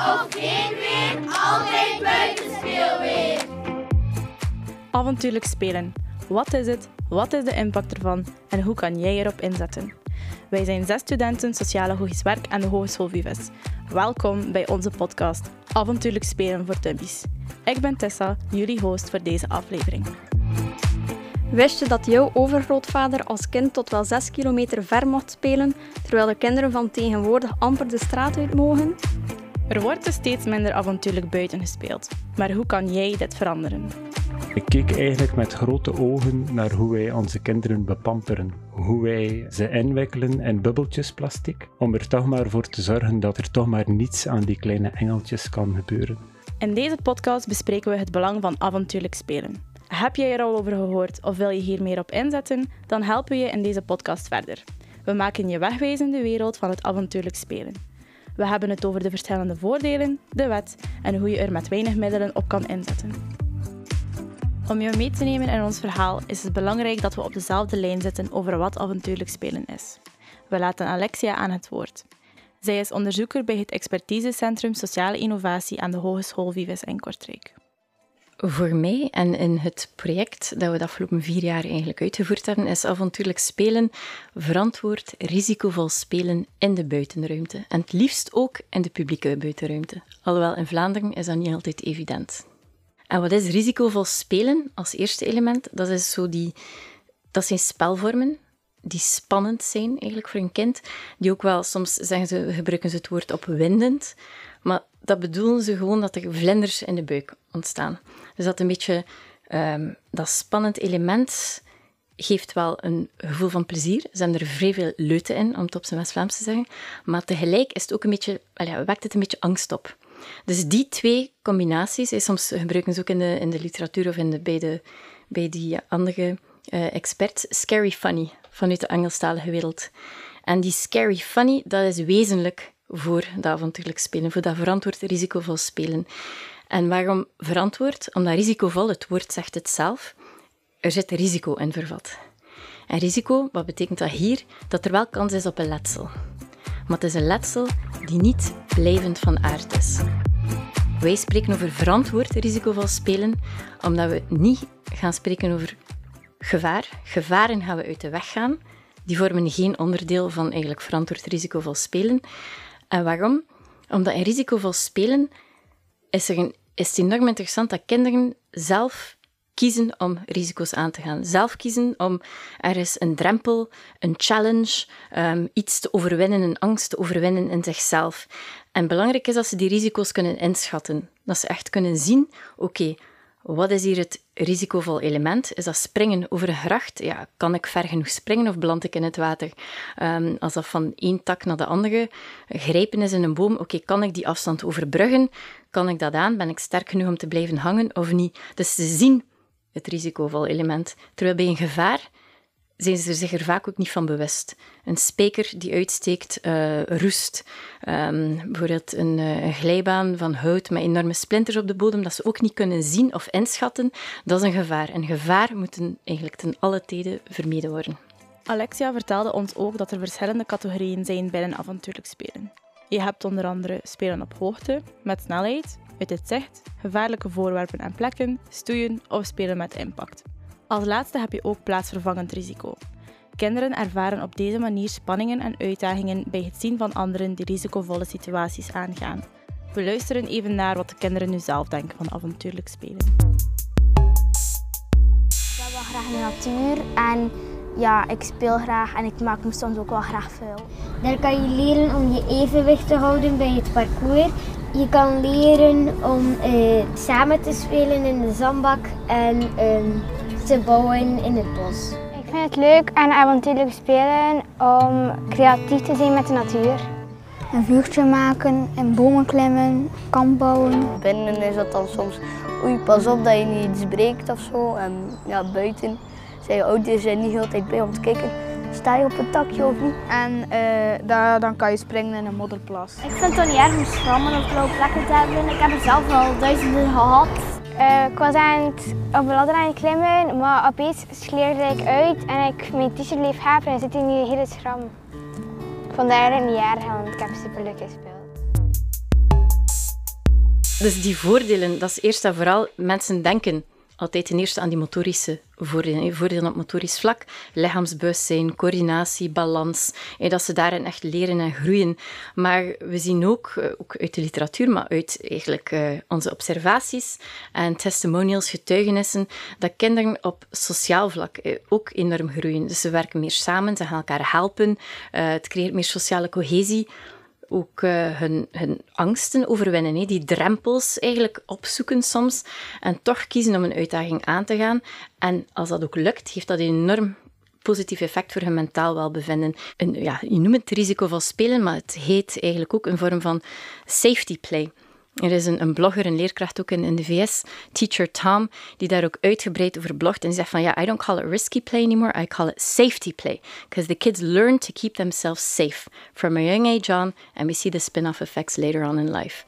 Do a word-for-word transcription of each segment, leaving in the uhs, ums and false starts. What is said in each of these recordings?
of geen weer, altijd buitenspeelweer. Avontuurlijk spelen. Wat is het? Wat is de impact ervan? En hoe kan jij erop inzetten? Wij zijn zes studenten Sociaal-Pedagogisch Werk aan de Hogeschool Vives. Welkom bij onze podcast Avontuurlijk spelen voor Dummies. Ik ben Tessa, jullie host voor deze aflevering. Wist je dat jouw overgrootvader als kind tot wel zes kilometer ver mocht spelen, terwijl de kinderen van tegenwoordig amper de straat uit mogen? Er wordt dus steeds minder avontuurlijk buiten gespeeld. Maar hoe kan jij dit veranderen? Ik keek eigenlijk met grote ogen naar hoe wij onze kinderen bepamperen. Hoe wij ze inwikkelen in bubbeltjes plastic, om er toch maar voor te zorgen dat er toch maar niets aan die kleine engeltjes kan gebeuren. In deze podcast bespreken we het belang van avontuurlijk spelen. Heb jij er al over gehoord of wil je hier meer op inzetten? Dan helpen we je in deze podcast verder. We maken je wegwijzen in de wereld van het avontuurlijk spelen. We hebben het over de verschillende voordelen, de wet en hoe je er met weinig middelen op kan inzetten. Om jou mee te nemen in ons verhaal is het belangrijk dat we op dezelfde lijn zitten over wat avontuurlijk spelen is. We laten Alexia aan het woord. Zij is onderzoeker bij het Expertisecentrum Sociale Innovatie aan de Hogeschool Vives in Kortrijk. Voor mij en in het project dat we de afgelopen vier jaar eigenlijk uitgevoerd hebben, is avontuurlijk spelen verantwoord, risicovol spelen in de buitenruimte. En het liefst ook in de publieke buitenruimte. Alhoewel in Vlaanderen is dat niet altijd evident. En wat is risicovol spelen als eerste element? Dat is zo die, dat zijn spelvormen die spannend zijn eigenlijk voor een kind. Die ook wel, soms zeggen ze, gebruiken ze het woord opwindend. Maar dat bedoelen ze gewoon dat er vlinders in de buik ontstaan. Dus dat een beetje, um, dat spannend element geeft wel een gevoel van plezier. Er zijn er vrij veel leuten in, om het op zijn West-Vlaams te zeggen. Maar tegelijk is het ook een beetje, ja, wekt het een beetje angst op. Dus die twee combinaties, soms gebruiken ze ook in de, in de literatuur of in de, bij, de, bij die andere uh, experts, scary funny, vanuit de Engelstalige wereld. En die scary funny, dat is wezenlijk voor dat avontuurlijk spelen, voor dat verantwoord risicovol spelen. En waarom verantwoord? Omdat risicovol, het woord zegt het zelf, er zit risico in vervat. En risico, wat betekent dat hier? Dat er wel kans is op een letsel. Maar het is een letsel die niet blijvend van aard is. Wij spreken over verantwoord risicovol spelen, omdat we niet gaan spreken over gevaar. Gevaren gaan we uit de weg gaan. Die vormen geen onderdeel van eigenlijk verantwoord risicovol spelen. En waarom? Omdat in risicovol spelen is, er een, is het enorm interessant dat kinderen zelf kiezen om risico's aan te gaan. Zelf kiezen om er is een drempel, een challenge, um, iets te overwinnen, een angst te overwinnen in zichzelf. En belangrijk is dat ze die risico's kunnen inschatten. Dat ze echt kunnen zien, oké, okay, wat is hier het risicovol element? Is dat springen over een gracht? Ja, kan ik ver genoeg springen of beland ik in het water? Um, als dat van één tak naar de andere grijpen is in een boom, oké, okay, kan ik die afstand overbruggen? Kan ik dat aan? Ben ik sterk genoeg om te blijven hangen of niet? Dus ze zien het risicovol element. Terwijl bij een gevaar zijn ze zich er vaak ook niet van bewust. Een spijker die uitsteekt, uh, roest. Um, bijvoorbeeld een, uh, een glijbaan van hout met enorme splinters op de bodem, dat ze ook niet kunnen zien of inschatten. Dat is een gevaar. En gevaar moet eigenlijk ten alle tijden vermeden worden. Alexia vertelde ons ook dat er verschillende categorieën zijn binnen avontuurlijk spelen. Je hebt onder andere spelen op hoogte, met snelheid, uit het zicht, gevaarlijke voorwerpen en plekken, stoeien of spelen met impact. Als laatste heb je ook plaatsvervangend risico. Kinderen ervaren op deze manier spanningen en uitdagingen bij het zien van anderen die risicovolle situaties aangaan. We luisteren even naar wat de kinderen nu zelf denken van avontuurlijk spelen. Ik heb wel graag de natuur en ja, ik speel graag en ik maak me soms ook wel graag vuil. Daar kan je leren om je evenwicht te houden bij het parcours. Je kan leren om uh, samen te spelen in de zandbak en um, te bouwen in het bos. Ik vind het leuk aan avontuurlijk spelen om creatief te zijn met de natuur. Een vuurtje maken, in bomen klimmen, kamp bouwen. Binnen is dat dan soms, oei, pas op dat je niet iets breekt of zo. En ja, buiten zijn je ouders zijn niet altijd bij om te kijken, sta je op een takje of niet? En uh, daar, dan kan je springen in een modderplas. Ik vind het toch niet erg om schrammen of blauwe plekken te hebben. Ik heb er zelf al duizenden gehad. Uh, ik was aan het, op een ladder aan het klimmen, maar opeens sleurde ik uit en ik mijn t-shirt bleef haperen en zit in die hele schram. Ik vond het eigenlijk niet erg, want ik heb superleuk gespeeld. Dus die voordelen, dat is eerst en vooral, mensen denken altijd ten eerste aan die motorische voordelen. Voordelen op motorisch vlak, lichaamsbewustzijn, coördinatie, balans. Dat ze daarin echt leren en groeien. Maar we zien ook, ook uit de literatuur, maar uit eigenlijk uh, onze observaties en testimonials, getuigenissen, dat kinderen op sociaal vlak ook enorm groeien. Dus ze werken meer samen, ze gaan elkaar helpen. Uh, het creëert meer sociale cohesie. Ook uh, hun, hun angsten overwinnen, hè. Die drempels eigenlijk opzoeken soms en toch kiezen om een uitdaging aan te gaan. En als dat ook lukt, heeft dat een enorm positief effect voor hun mentaal welbevinden. Een, ja, je noemt het risicovol spelen, maar het heet eigenlijk ook een vorm van safety play. Er is een, een blogger, een leerkracht ook in, in de V S, Teacher Tom, die daar ook uitgebreid over blogt en die zegt van ja, I don't call it risky play anymore, I call it safety play. Because the kids learn to keep themselves safe from a young age on and we see the spin-off effects later on in life.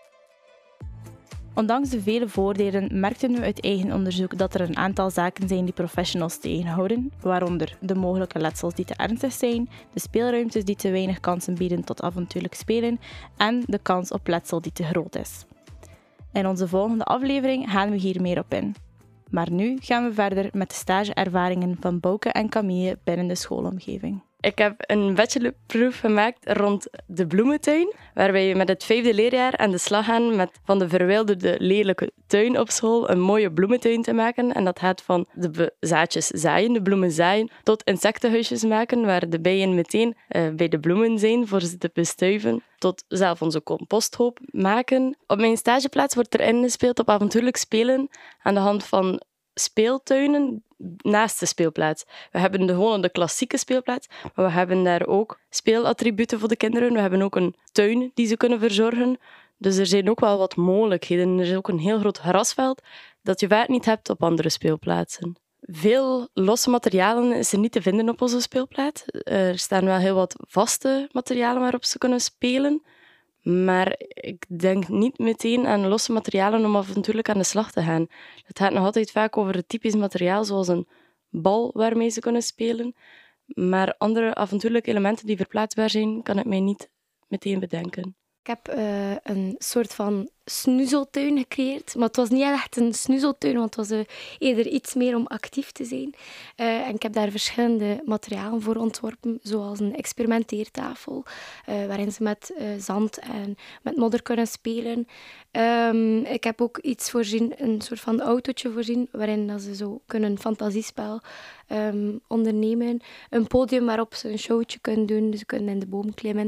Ondanks de vele voordelen merkten we uit eigen onderzoek dat er een aantal zaken zijn die professionals tegenhouden, waaronder de mogelijke letsels die te ernstig zijn, de speelruimtes die te weinig kansen bieden tot avontuurlijk spelen en de kans op letsel die te groot is. In onze volgende aflevering gaan we hier meer op in. Maar nu gaan we verder met de stageervaringen van Bouke en Camille binnen de schoolomgeving. Ik heb een bachelorproef gemaakt rond de bloementuin, waarbij je met het vijfde leerjaar aan de slag gaan met van de verwilderde lelijke tuin op school een mooie bloementuin te maken. En dat gaat van de zaadjes zaaien, de bloemen zaaien, tot insectenhuisjes maken, waar de bijen meteen uh, bij de bloemen zijn voor ze te bestuiven, tot zelf onze composthoop maken. Op mijn stageplaats wordt er ingespeeld op avontuurlijk spelen aan de hand van speeltuinen naast de speelplaats. We hebben de, gewoon de klassieke speelplaats, maar we hebben daar ook speelattributen voor de kinderen. We hebben ook een tuin die ze kunnen verzorgen. Dus er zijn ook wel wat mogelijkheden. Er is ook een heel groot grasveld dat je vaak niet hebt op andere speelplaatsen. Veel losse materialen is er niet te vinden op onze speelplaats. Er staan wel heel wat vaste materialen waarop ze kunnen spelen. Maar ik denk niet meteen aan losse materialen om avontuurlijk aan de slag te gaan. Het gaat nog altijd vaak over het typisch materiaal, zoals een bal waarmee ze kunnen spelen. Maar andere avontuurlijke elementen die verplaatsbaar zijn, kan ik mij niet meteen bedenken. Ik heb uh, een soort van snuzeltuin gecreëerd. Maar het was niet echt een snuzeltuin, want het was uh, eerder iets meer om actief te zijn. Uh, en ik heb daar verschillende materialen voor ontworpen, zoals een experimenteertafel, uh, waarin ze met uh, zand en met modder kunnen spelen. Um, ik heb ook iets voorzien, een soort van autootje voorzien, waarin dat ze zo kunnen fantasiespel um, ondernemen. Een podium waarop ze een showtje kunnen doen, dus ze kunnen in de boom klimmen.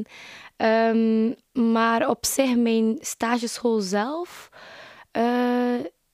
Um, maar op zich, mijn stageschool zelf, uh,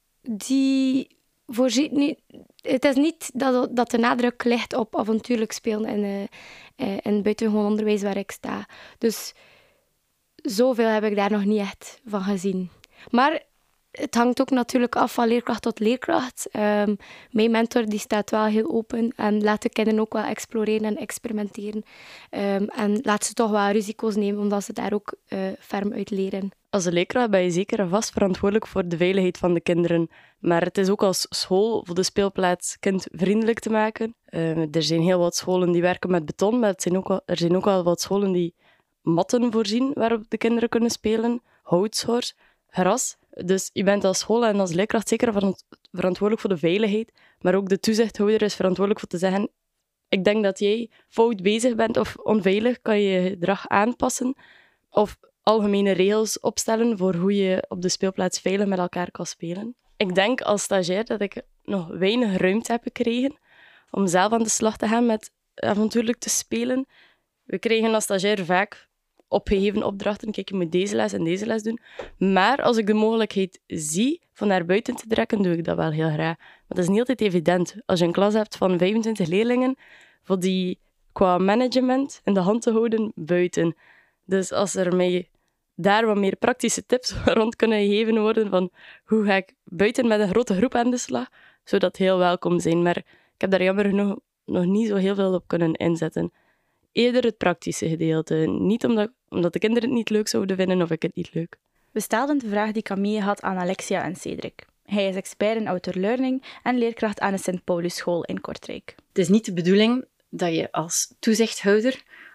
die voorziet niet... Het is niet dat, dat de nadruk ligt op avontuurlijk spelen in, uh, uh, in buitengewoon onderwijs waar ik sta. Dus zoveel heb ik daar nog niet echt van gezien. Maar het hangt ook natuurlijk af van leerkracht tot leerkracht. Um, mijn mentor die staat wel heel open en laat de kinderen ook wel exploreren en experimenteren. Um, en laat ze toch wel risico's nemen, omdat ze daar ook uh, ferm uit leren. Als leerkracht ben je zeker en vast verantwoordelijk voor de veiligheid van de kinderen. Maar het is ook als school voor de speelplaats kindvriendelijk te maken. Uh, er zijn heel wat scholen die werken met beton, maar het zijn ook wel, er zijn ook wel wat scholen die matten voorzien waarop de kinderen kunnen spelen, houtschors, gras. Dus je bent als school en als leerkracht zeker verantwoordelijk voor de veiligheid, maar ook de toezichthouder is verantwoordelijk voor te zeggen: ik denk dat jij fout bezig bent of onveilig, kan je je gedrag aanpassen of algemene regels opstellen voor hoe je op de speelplaats veilig met elkaar kan spelen. Ik denk als stagiair dat ik nog weinig ruimte heb gekregen om zelf aan de slag te gaan met avontuurlijk te spelen. We krijgen als stagiair vaak opgegeven opdrachten. Kijk, je moet deze les en deze les doen. Maar als ik de mogelijkheid zie van naar buiten te trekken, doe ik dat wel heel graag. Maar dat is niet altijd evident. Als je een klas hebt van vijfentwintig leerlingen, voor die qua management in de hand te houden buiten. Dus als er mij daar wat meer praktische tips rond kunnen gegeven worden van hoe ga ik buiten met een grote groep aan de slag, zou dat heel welkom zijn. Maar ik heb daar jammer genoeg nog niet zo heel veel op kunnen inzetten. Eerder het praktische gedeelte. Niet omdat, omdat de kinderen het niet leuk zouden vinden of ik het niet leuk. We stelden de vraag die Camille had aan Alexia en Cedric. Hij is expert in outdoor learning en leerkracht aan de Sint Paulusschool in Kortrijk. Het is niet de bedoeling dat je als toezichthouder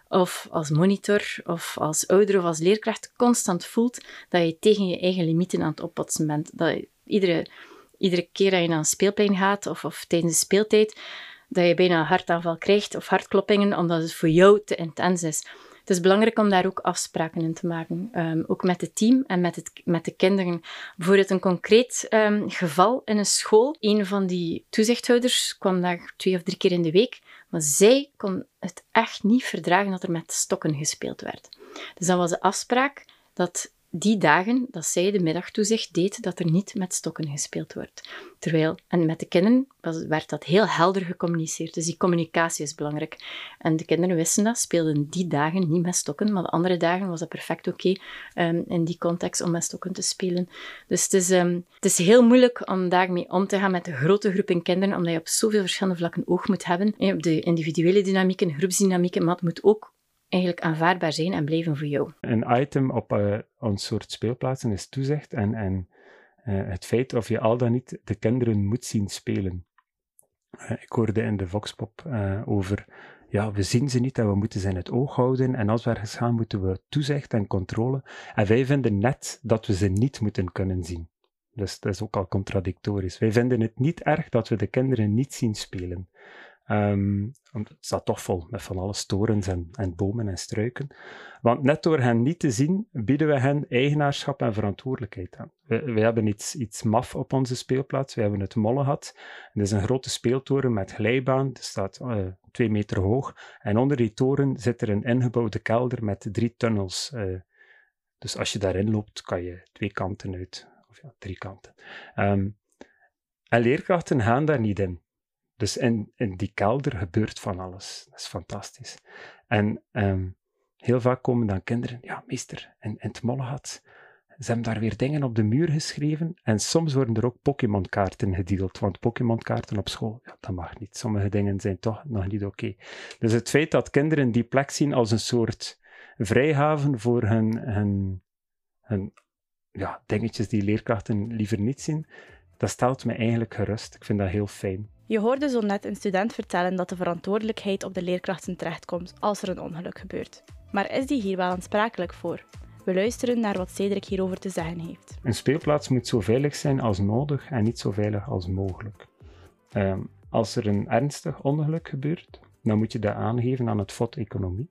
of als monitor of als ouder of als leerkracht constant voelt dat je tegen je eigen limieten aan het oppotsen bent. Dat je iedere, iedere keer dat je naar een speelplein gaat of, of tijdens de speeltijd, dat je bijna een hartaanval krijgt of hartkloppingen, omdat het voor jou te intens is. Het is belangrijk om daar ook afspraken in te maken. Um, ook met het team en met, het, met de kinderen. Bijvoorbeeld een concreet um, geval in een school. Een van die toezichthouders kwam daar twee of drie keer in de week. Maar zij kon het echt niet verdragen dat er met stokken gespeeld werd. Dus dan was de afspraak dat die dagen dat zij de middagtoezicht deed, dat er niet met stokken gespeeld wordt. Terwijl, en met de kinderen was, werd dat heel helder gecommuniceerd. Dus die communicatie is belangrijk. En de kinderen wisten dat, speelden die dagen niet met stokken, maar de andere dagen was dat perfect oké okay, um, in die context om met stokken te spelen. Dus het is, um, het is heel moeilijk om daarmee om te gaan met de grote groepen kinderen, omdat je op zoveel verschillende vlakken oog moet hebben. Op de individuele dynamieken, groepsdynamieken, maar het moet ook eigenlijk aanvaardbaar zijn en blijven voor jou. Een item op uh, ons soort speelplaatsen is toezicht en, en uh, het feit of je al dan niet de kinderen moet zien spelen. Uh, ik hoorde in de Voxpop uh, over, ja, we zien ze niet en we moeten ze in het oog houden en als we ergens gaan moeten we toezicht en controle. En wij vinden net dat we ze niet moeten kunnen zien. Dus dat is ook al contradictorisch. Wij vinden het niet erg dat we de kinderen niet zien spelen. Um, het staat toch vol met van alles torens en, en bomen en struiken. Want net door hen niet te zien, bieden we hen eigenaarschap en verantwoordelijkheid aan. We, we hebben iets, iets maf op onze speelplaats. We hebben het Mollegat. Dat is een grote speeltoren met glijbaan. Die staat uh, twee meter hoog. En onder die toren zit er een ingebouwde kelder met drie tunnels. Uh, dus als je daarin loopt, kan je twee kanten uit. Of ja, drie kanten. Um, en leerkrachten gaan daar niet in. Dus in, in die kelder gebeurt van alles. Dat is fantastisch. En um, heel vaak komen dan kinderen, ja, meester, in, in het Mollegat, ze hebben daar weer dingen op de muur geschreven en soms worden er ook Pokémon-kaarten gedeeld, want Pokémon-kaarten op school, ja, dat mag niet. Sommige dingen zijn toch nog niet oké. Okay. Dus het feit dat kinderen die plek zien als een soort vrijhaven voor hun, hun, hun ja, dingetjes die leerkrachten liever niet zien, dat stelt me eigenlijk gerust. Ik vind dat heel fijn. Je hoorde zo net een student vertellen dat de verantwoordelijkheid op de leerkrachten terechtkomt als er een ongeluk gebeurt. Maar is die hier wel aansprakelijk voor? We luisteren naar wat Cedric hierover te zeggen heeft. Een speelplaats moet zo veilig zijn als nodig en niet zo veilig als mogelijk. Um, als er een ernstig ongeluk gebeurt, dan moet je dat aangeven aan het V O D Economie.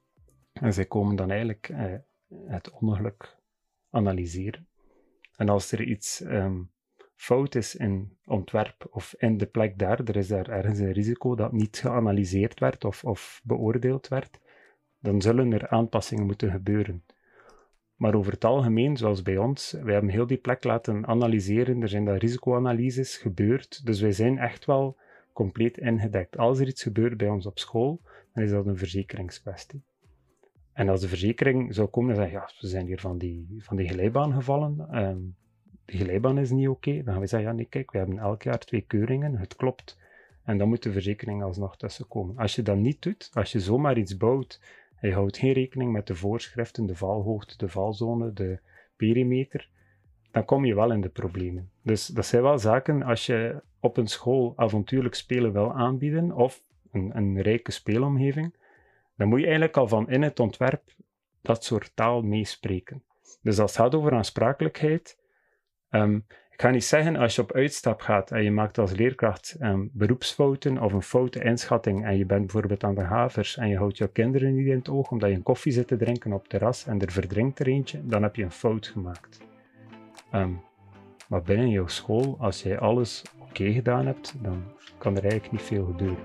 En zij komen dan eigenlijk uh, het ongeluk analyseren. En als er iets um, fout is in ontwerp of in de plek daar, er is daar ergens een risico dat niet geanalyseerd werd of, of beoordeeld werd, dan zullen er aanpassingen moeten gebeuren. Maar over het algemeen, zoals bij ons, wij hebben heel die plek laten analyseren, er zijn daar risicoanalyses gebeurd, dus wij zijn echt wel compleet ingedekt. Als er iets gebeurt bij ons op school, dan is dat een verzekeringskwestie. En als de verzekering zou komen en zeggen, ja, we zijn hier van die, van die glijbaan gevallen, um, de glijbaan is niet oké, okay. Dan gaan we zeggen, ja nee, kijk, we hebben elk jaar twee keuringen, het klopt. En dan moet de verzekering alsnog tussenkomen. Als je dat niet doet, als je zomaar iets bouwt, en je houdt geen rekening met de voorschriften, de valhoogte, de valzone, de perimeter, dan kom je wel in de problemen. Dus dat zijn wel zaken, als je op een school avontuurlijk spelen wil aanbieden, of een, een rijke speelomgeving, dan moet je eigenlijk al van in het ontwerp dat soort taal meespreken. Dus als het gaat over aansprakelijkheid, Um, ik ga niet zeggen, als je op uitstap gaat en je maakt als leerkracht um, beroepsfouten of een foute inschatting en je bent bijvoorbeeld aan de havers en je houdt jouw kinderen niet in het oog omdat je een koffie zit te drinken op het terras en er verdrinkt er eentje, dan heb je een fout gemaakt. Um, maar binnen jouw school, als jij alles oké okay gedaan hebt, dan kan er eigenlijk niet veel gebeuren.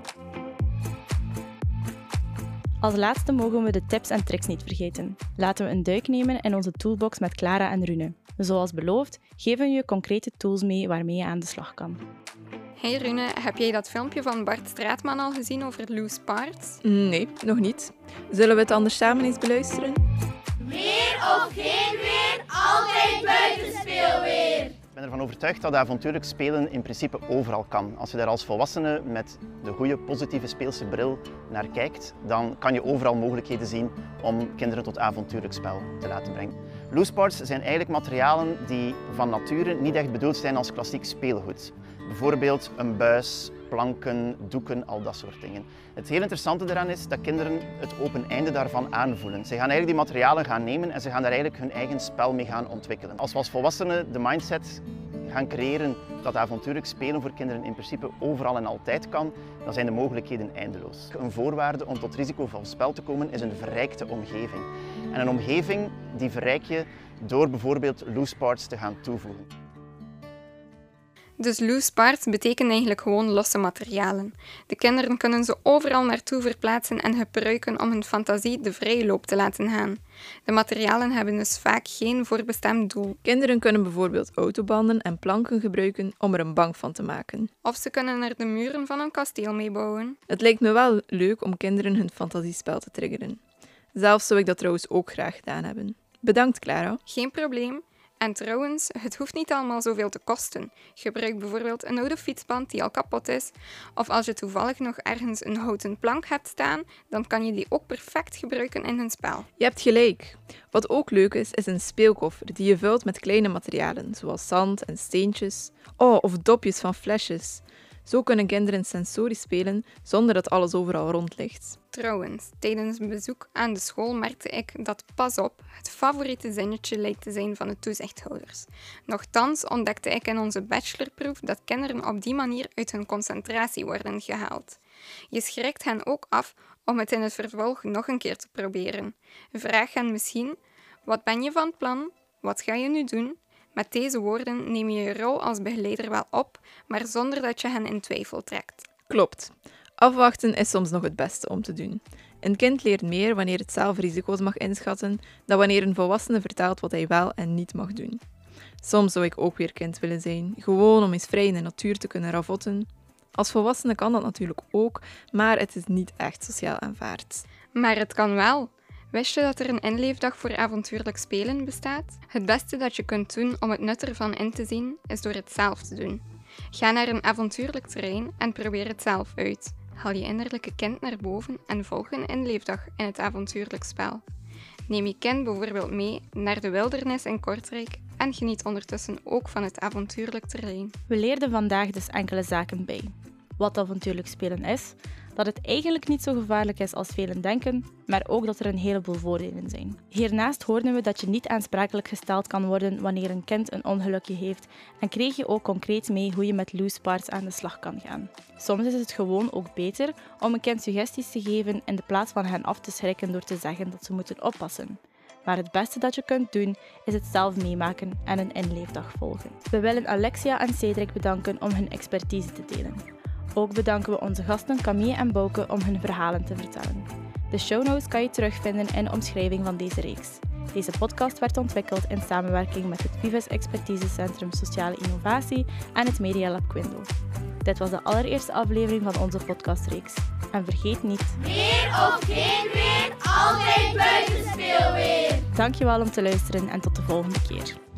Als laatste mogen we de tips en tricks niet vergeten. Laten we een duik nemen in onze toolbox met Clara en Rune. Zoals beloofd, geven we je concrete tools mee waarmee je aan de slag kan. Hey Rune, heb jij dat filmpje van Bart Straatman al gezien over Loose Parts? Nee, nog niet. Zullen we het anders samen eens beluisteren? Weer of geen weer, altijd buitenspeelweer. Ik ben ervan overtuigd dat avontuurlijk spelen in principe overal kan. Als je daar als volwassene met de goede, positieve speelse bril naar kijkt, dan kan je overal mogelijkheden zien om kinderen tot avontuurlijk spel te laten brengen. Loose parts zijn eigenlijk materialen die van nature niet echt bedoeld zijn als klassiek speelgoed. Bijvoorbeeld een buis, planken, doeken, al dat soort dingen. Het heel interessante eraan is dat kinderen het open einde daarvan aanvoelen. Ze gaan eigenlijk die materialen gaan nemen en ze gaan daar eigenlijk hun eigen spel mee gaan ontwikkelen. Als we als volwassenen de mindset gaan creëren dat avontuurlijk spelen voor kinderen in principe overal en altijd kan, dan zijn de mogelijkheden eindeloos. Een voorwaarde om tot risicovol spel te komen is een verrijkte omgeving. En een omgeving die verrijk je door bijvoorbeeld loose parts te gaan toevoegen. Dus loose parts betekent eigenlijk gewoon losse materialen. De kinderen kunnen ze overal naartoe verplaatsen en gebruiken om hun fantasie de vrije loop te laten gaan. De materialen hebben dus vaak geen voorbestemd doel. Kinderen kunnen bijvoorbeeld autobanden en planken gebruiken om er een bank van te maken. Of ze kunnen er de muren van een kasteel mee bouwen. Het lijkt me wel leuk om kinderen hun fantasiespel te triggeren. Zelf zou ik dat trouwens ook graag gedaan hebben. Bedankt, Clara. Geen probleem. En trouwens, het hoeft niet allemaal zoveel te kosten. Gebruik bijvoorbeeld een oude fietsband die al kapot is. Of als je toevallig nog ergens een houten plank hebt staan, dan kan je die ook perfect gebruiken in een spel. Je hebt gelijk. Wat ook leuk is, is een speelkoffer die je vult met kleine materialen, zoals zand en steentjes. Oh, of dopjes van flesjes. Zo kunnen kinderen sensorisch spelen zonder dat alles overal rond ligt. Trouwens, tijdens een bezoek aan de school merkte ik dat pas op het favoriete zinnetje lijkt te zijn van de toezichthouders. Nochtans ontdekte ik in onze bachelorproef dat kinderen op die manier uit hun concentratie worden gehaald. Je schrikt hen ook af om het in het vervolg nog een keer te proberen. Vraag hen misschien: wat ben je van plan? Wat ga je nu doen? Met deze woorden neem je je rol als begeleider wel op, maar zonder dat je hen in twijfel trekt. Klopt. Afwachten is soms nog het beste om te doen. Een kind leert meer wanneer het zelf risico's mag inschatten dan wanneer een volwassene vertelt wat hij wel en niet mag doen. Soms zou ik ook weer kind willen zijn, gewoon om eens vrij in de natuur te kunnen ravotten. Als volwassene kan dat natuurlijk ook, maar het is niet echt sociaal aanvaard. Maar het kan wel. Wist je dat er een inleefdag voor avontuurlijk spelen bestaat? Het beste dat je kunt doen om het nut ervan in te zien, is door het zelf te doen. Ga naar een avontuurlijk terrein en probeer het zelf uit. Haal je innerlijke kind naar boven en volg een inleefdag in het avontuurlijk spel. Neem je kind bijvoorbeeld mee naar de wildernis in Kortrijk en geniet ondertussen ook van het avontuurlijk terrein. We leerden vandaag dus enkele zaken bij. Wat avontuurlijk spelen is, dat het eigenlijk niet zo gevaarlijk is als velen denken, maar ook dat er een heleboel voordelen zijn. Hiernaast hoorden we dat je niet aansprakelijk gesteld kan worden wanneer een kind een ongelukje heeft en kreeg je ook concreet mee hoe je met loose parts aan de slag kan gaan. Soms is het gewoon ook beter om een kind suggesties te geven in de plaats van hen af te schrikken door te zeggen dat ze moeten oppassen. Maar het beste dat je kunt doen, is het zelf meemaken en een inleefdag volgen. We willen Alexia en Cedric bedanken om hun expertise te delen. Ook bedanken we onze gasten Camille en Bouke om hun verhalen te vertellen. De show notes kan je terugvinden in de omschrijving van deze reeks. Deze podcast werd ontwikkeld in samenwerking met het Vives Expertisecentrum Sociale Innovatie en het Media Lab Quindo. Dit was de allereerste aflevering van onze podcastreeks. En vergeet niet... Weer of geen weer, altijd buitenspeelweer! Dankjewel om te luisteren en tot de volgende keer.